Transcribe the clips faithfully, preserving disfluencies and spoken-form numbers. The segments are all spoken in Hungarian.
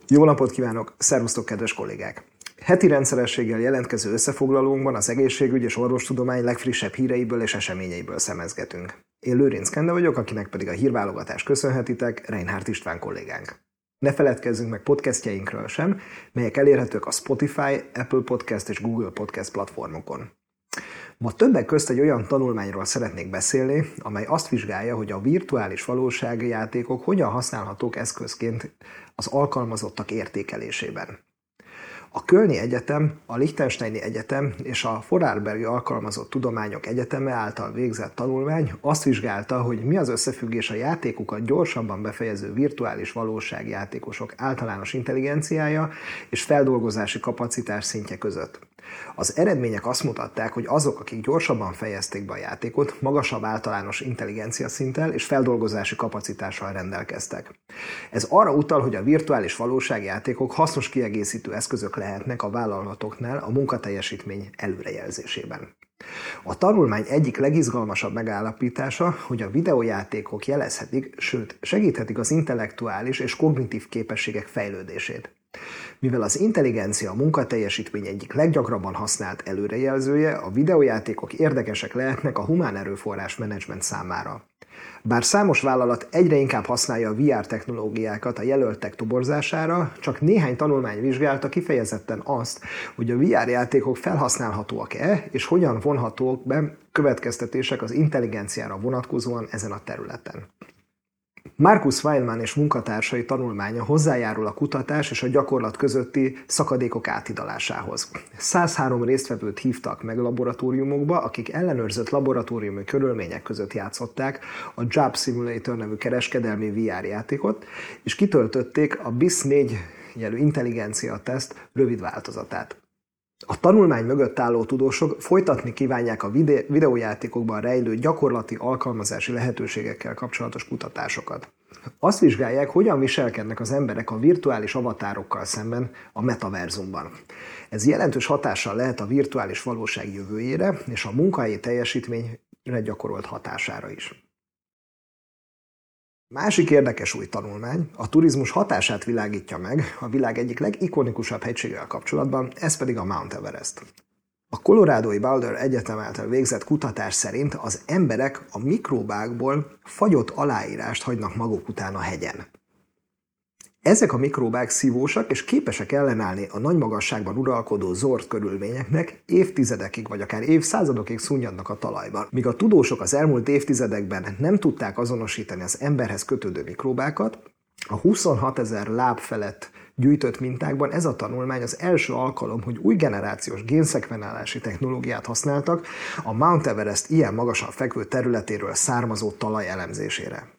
Jó napot kívánok! Szervusztok, kedves kollégák! Heti rendszerességgel jelentkező összefoglalónkban az egészségügy és orvostudomány legfrissebb híreiből és eseményeiből szemezgetünk. Én Lőrinc Kende vagyok, akinek pedig a hírválogatást köszönhetitek, Reinhardt István kollégánk. Ne feledkezzünk meg podcastjainkről sem, melyek elérhetők a Spotify, Apple Podcast és Google Podcast platformokon. Ma többek közt egy olyan tanulmányról szeretnék beszélni, amely azt vizsgálja, hogy a virtuális valósági játékok hogyan használhatók eszközként az alkalmazottak értékelésében. A Kölni Egyetem, a Liechtensteini Egyetem és a Vorarlbergi Alkalmazott Tudományok Egyeteme által végzett tanulmány azt vizsgálta, hogy mi az összefüggés a játékokat gyorsabban befejező virtuális valóságjátékosok általános intelligenciája és feldolgozási kapacitás szintje között. Az eredmények azt mutatták, hogy azok, akik gyorsabban fejezték be a játékot, magasabb általános intelligencia szinttel és feldolgozási kapacitással rendelkeztek. Ez arra utal, hogy a virtuális valóságjátékok hasznos kiegészítő eszközök lehetnek a vállalatoknál a munkateljesítmény előrejelzésében. A tanulmány egyik legizgalmasabb megállapítása, hogy a videójátékok jelezhetik, sőt segíthetik az intellektuális és kognitív képességek fejlődését. Mivel az intelligencia a munkateljesítmény egyik leggyakrabban használt előrejelzője, a videójátékok érdekesek lehetnek a humán erőforrás menedzsment számára. Bár számos vállalat egyre inkább használja a vé er technológiákat a jelöltek toborzására, csak néhány tanulmány vizsgálta kifejezetten azt, hogy a vé er játékok felhasználhatóak-e, és hogyan vonhatók be következtetések az intelligenciára vonatkozóan ezen a területen. Markus Weilmann és munkatársai tanulmánya hozzájárul a kutatás és a gyakorlat közötti szakadékok áthidalásához. száz három résztvevőt hívtak meg laboratóriumokba, akik ellenőrzött laboratóriumi körülmények között játszották a Job Simulator nevű kereskedelmi vé er játékot, és kitöltötték a bé i es négy jelű intelligencia teszt rövid változatát. A tanulmány mögött álló tudósok folytatni kívánják a vide- videójátékokban rejlő gyakorlati alkalmazási lehetőségekkel kapcsolatos kutatásokat. Azt vizsgálják, hogyan viselkednek az emberek a virtuális avatárokkal szemben a metaverzumban. Ez jelentős hatással lehet a virtuális valóság jövőjére és a munkahelyi teljesítményre gyakorolt hatására is. Másik érdekes új tanulmány a turizmus hatását világítja meg a világ egyik legikonikusabb hegységgel kapcsolatban, ez pedig a Mount Everest. A Colorado-i Boulder Egyetem által végzett kutatás szerint az emberek a mikróbákból fagyott aláírást hagynak maguk után a hegyen. Ezek a mikróbák szívósak és képesek ellenállni a nagy magasságban uralkodó zord körülményeknek, évtizedekig vagy akár évszázadokig szunnyadnak a talajban. Míg a tudósok az elmúlt évtizedekben nem tudták azonosítani az emberhez kötődő mikróbákat, a huszonhatezer láb felett gyűjtött mintákban ez a tanulmány az első alkalom, hogy új generációs génszekvenálási technológiát használtak a Mount Everest ilyen magasan fekvő területéről származó talaj elemzésére.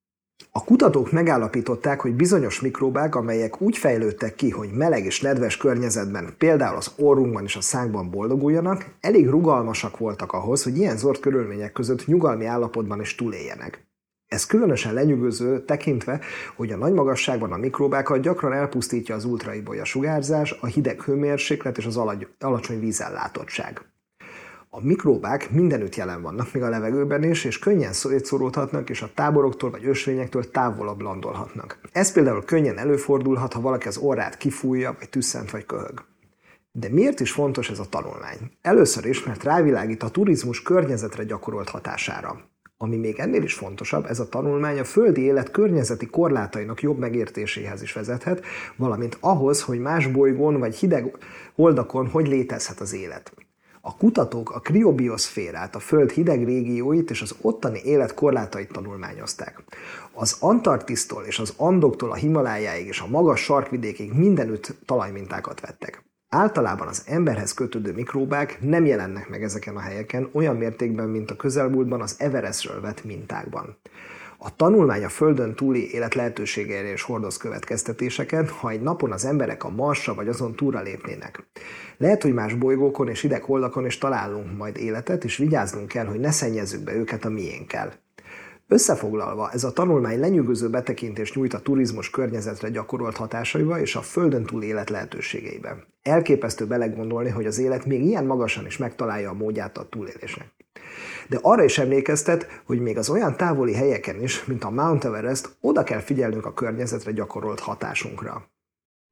A kutatók megállapították, hogy bizonyos mikróbák, amelyek úgy fejlődtek ki, hogy meleg és nedves környezetben, például az orrunkban és a szánkban boldoguljanak, elég rugalmasak voltak ahhoz, hogy ilyen zord körülmények között nyugalmi állapotban is túléljenek. Ez különösen lenyűgöző tekintve, hogy a nagy magasságban a mikróbákat gyakran elpusztítja az ultraibolya sugárzás, a hideg hőmérséklet és az alacsony vízellátottság. A mikróbák mindenütt jelen vannak, még a levegőben is, és könnyen szétszóródhatnak, és a táboroktól vagy ösvényektől távolabb landolhatnak. Ez például könnyen előfordulhat, ha valaki az orrát kifújja, vagy tüsszent, vagy köhög. De miért is fontos ez a tanulmány? Először is, mert rávilágít a turizmus környezetre gyakorolt hatására. Ami még ennél is fontosabb, ez a tanulmány a földi élet környezeti korlátainak jobb megértéséhez is vezethet, valamint ahhoz, hogy más bolygón vagy hideg holdakon hogy létezhet az élet. A kutatók a kriobioszférát, a Föld hideg régióit és az ottani élet korlátait tanulmányozták. Az Antarktisztól és az Andoktól a Himalájáig és a magas sarkvidékig mindenütt talajmintákat vettek. Általában az emberhez kötődő mikróbák nem jelennek meg ezeken a helyeken olyan mértékben, mint a közelmúltban az Everestről vett mintákban. A tanulmány a Földön túli élet lehetőségeire is hordoz következtetéseket, ha egy napon az emberek a Marsra vagy azon túlra lépnének. Lehet, hogy más bolygókon és hideg holdakon is találunk majd életet, és vigyáznunk kell, hogy ne szennyezzük be őket a miénkkel. Összefoglalva, ez a tanulmány lenyűgöző betekintést nyújt a turizmus környezetre gyakorolt hatásaiba és a Földön túl élet lehetőségeibe. Elképesztő belegondolni, hogy az élet még ilyen magasan is megtalálja a módját a túlélésnek. De arra is emlékeztet, hogy még az olyan távoli helyeken is, mint a Mount Everest, oda kell figyelnünk a környezetre gyakorolt hatásunkra.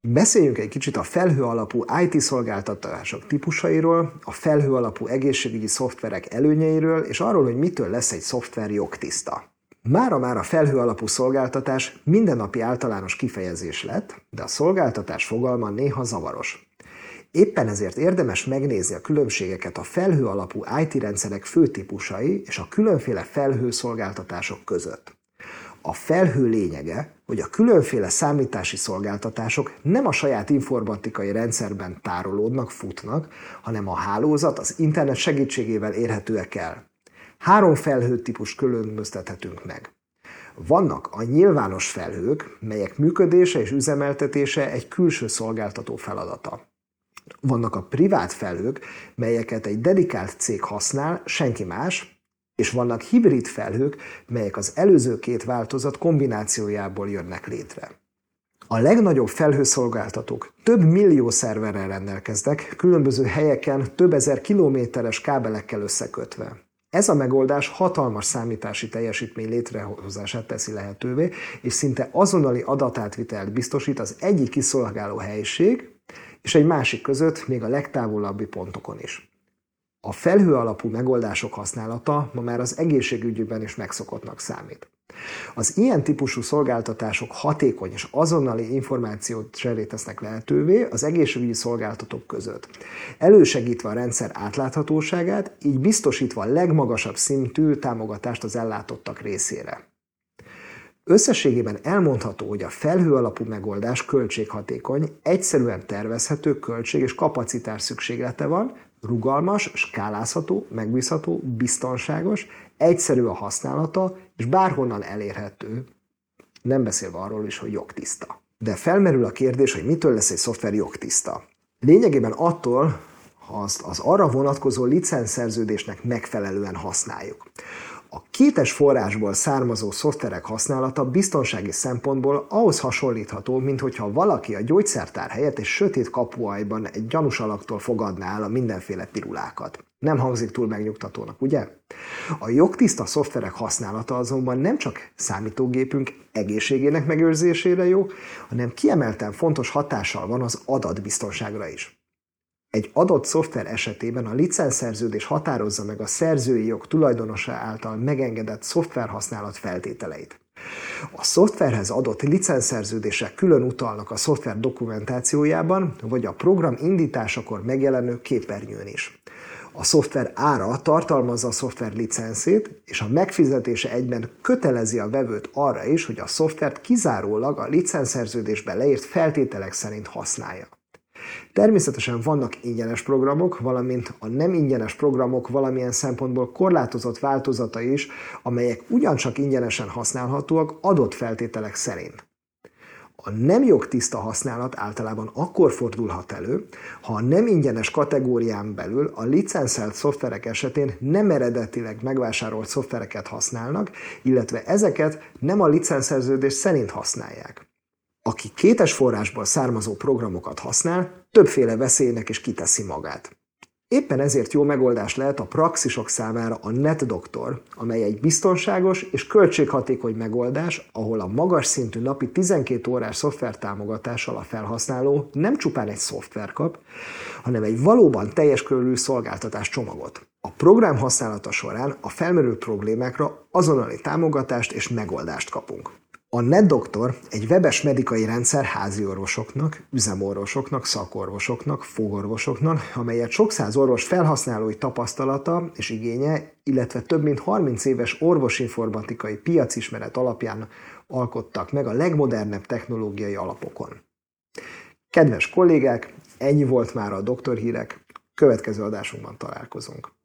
Beszéljünk egy kicsit a felhő alapú i té szolgáltatások típusairól, a felhő alapú egészségügyi szoftverek előnyeiről, és arról, hogy mitől lesz egy szoftver jogtiszta. Mára már a felhő alapú szolgáltatás mindennapi általános kifejezés lett, de a szolgáltatás fogalma néha zavaros. Éppen ezért érdemes megnézni a különbségeket a felhő alapú i té rendszerek fő típusai és a különféle felhő szolgáltatások között. A felhő lényege, hogy a különféle számítási szolgáltatások nem a saját informatikai rendszerben tárolódnak, futnak, hanem a hálózat, az internet segítségével érhetőek el. Három felhőtípust különböztethetünk meg. Vannak a nyilvános felhők, melyek működése és üzemeltetése egy külső szolgáltató feladata. Vannak a privát felhők, melyeket egy dedikált cég használ, senki más, és vannak hibrid felhők, melyek az előző két változat kombinációjából jönnek létre. A legnagyobb felhőszolgáltatók több millió szerverrel rendelkeznek, különböző helyeken több ezer kilométeres kábelekkel összekötve. Ez a megoldás hatalmas számítási teljesítmény létrehozását teszi lehetővé, és szinte azonnali adatátvitelt biztosít az egyik kiszolgáló helység és egy másik között, még a legtávolabbi pontokon is. A felhő alapú megoldások használata ma már az egészségügyben is megszokottnak számít. Az ilyen típusú szolgáltatások hatékony és azonnali információt cserét tesznek lehetővé az egészségügyi szolgáltatók között, elősegítve a rendszer átláthatóságát, így biztosítva a legmagasabb szintű támogatást az ellátottak részére. Összességében elmondható, hogy a felhő alapú megoldás költséghatékony, egyszerűen tervezhető költség és kapacitás szükséglete van, rugalmas, skálázható, megbízható, biztonságos, egyszerű a használata, és bárhonnan elérhető, nem beszélve arról is, hogy jogtiszta. De felmerül a kérdés, hogy mitől lesz egy szoftver jogtiszta. Lényegében attól, ha azt az arra vonatkozó licencszerződésnek megfelelően használjuk. A kétes forrásból származó szoftverek használata biztonsági szempontból ahhoz hasonlítható, minthogyha valaki a gyógyszertár helyett egy sötét kapuajban egy gyanús alaktól fogadná el a mindenféle pirulákat. Nem hangzik túl megnyugtatónak, ugye? A jogtiszta szoftverek használata azonban nem csak számítógépünk egészségének megőrzésére jó, hanem kiemelten fontos hatással van az adatbiztonságra is. Egy adott szoftver esetében a licencszerződés határozza meg a szerzői jog tulajdonosa által megengedett szoftverhasználat feltételeit. A szoftverhez adott licencszerződések külön utalnak a szoftver dokumentációjában, vagy a program indításakor megjelenő képernyőn is. A szoftver ára tartalmazza a szoftver licenszét, és a megfizetése egyben kötelezi a vevőt arra is, hogy a szoftvert kizárólag a licencszerződésben leírt feltételek szerint használja. Természetesen vannak ingyenes programok, valamint a nem ingyenes programok valamilyen szempontból korlátozott változatai is, amelyek ugyancsak ingyenesen használhatóak adott feltételek szerint. A nem jogtiszta használat általában akkor fordulhat elő, ha a nem ingyenes kategórián belül a licenszelt szoftverek esetén nem eredetileg megvásárolt szoftvereket használnak, illetve ezeket nem a licencszerződés szerint használják. Aki kétes forrásból származó programokat használ, többféle veszélynek is kiteszi magát. Éppen ezért jó megoldás lehet a praxisok számára a NetDoctor, amely egy biztonságos és költséghatékony megoldás, ahol a magas szintű napi tizenkét órás szoftvertámogatással a felhasználó nem csupán egy szoftver kap, hanem egy valóban teljes körű szolgáltatás csomagot. A program használata során a felmerült problémákra azonnali támogatást és megoldást kapunk. A NetDoctor egy webes medikai rendszer háziorvosoknak, üzemorvosoknak, szakorvosoknak, fogorvosoknak, amelyet sok száz orvos felhasználói tapasztalata és igénye, illetve több mint harminc éves orvosinformatikai piacismeret alapján alkottak meg a legmodernebb technológiai alapokon. Kedves kollégák, ennyi volt már a doktorhírek, következő adásunkban találkozunk.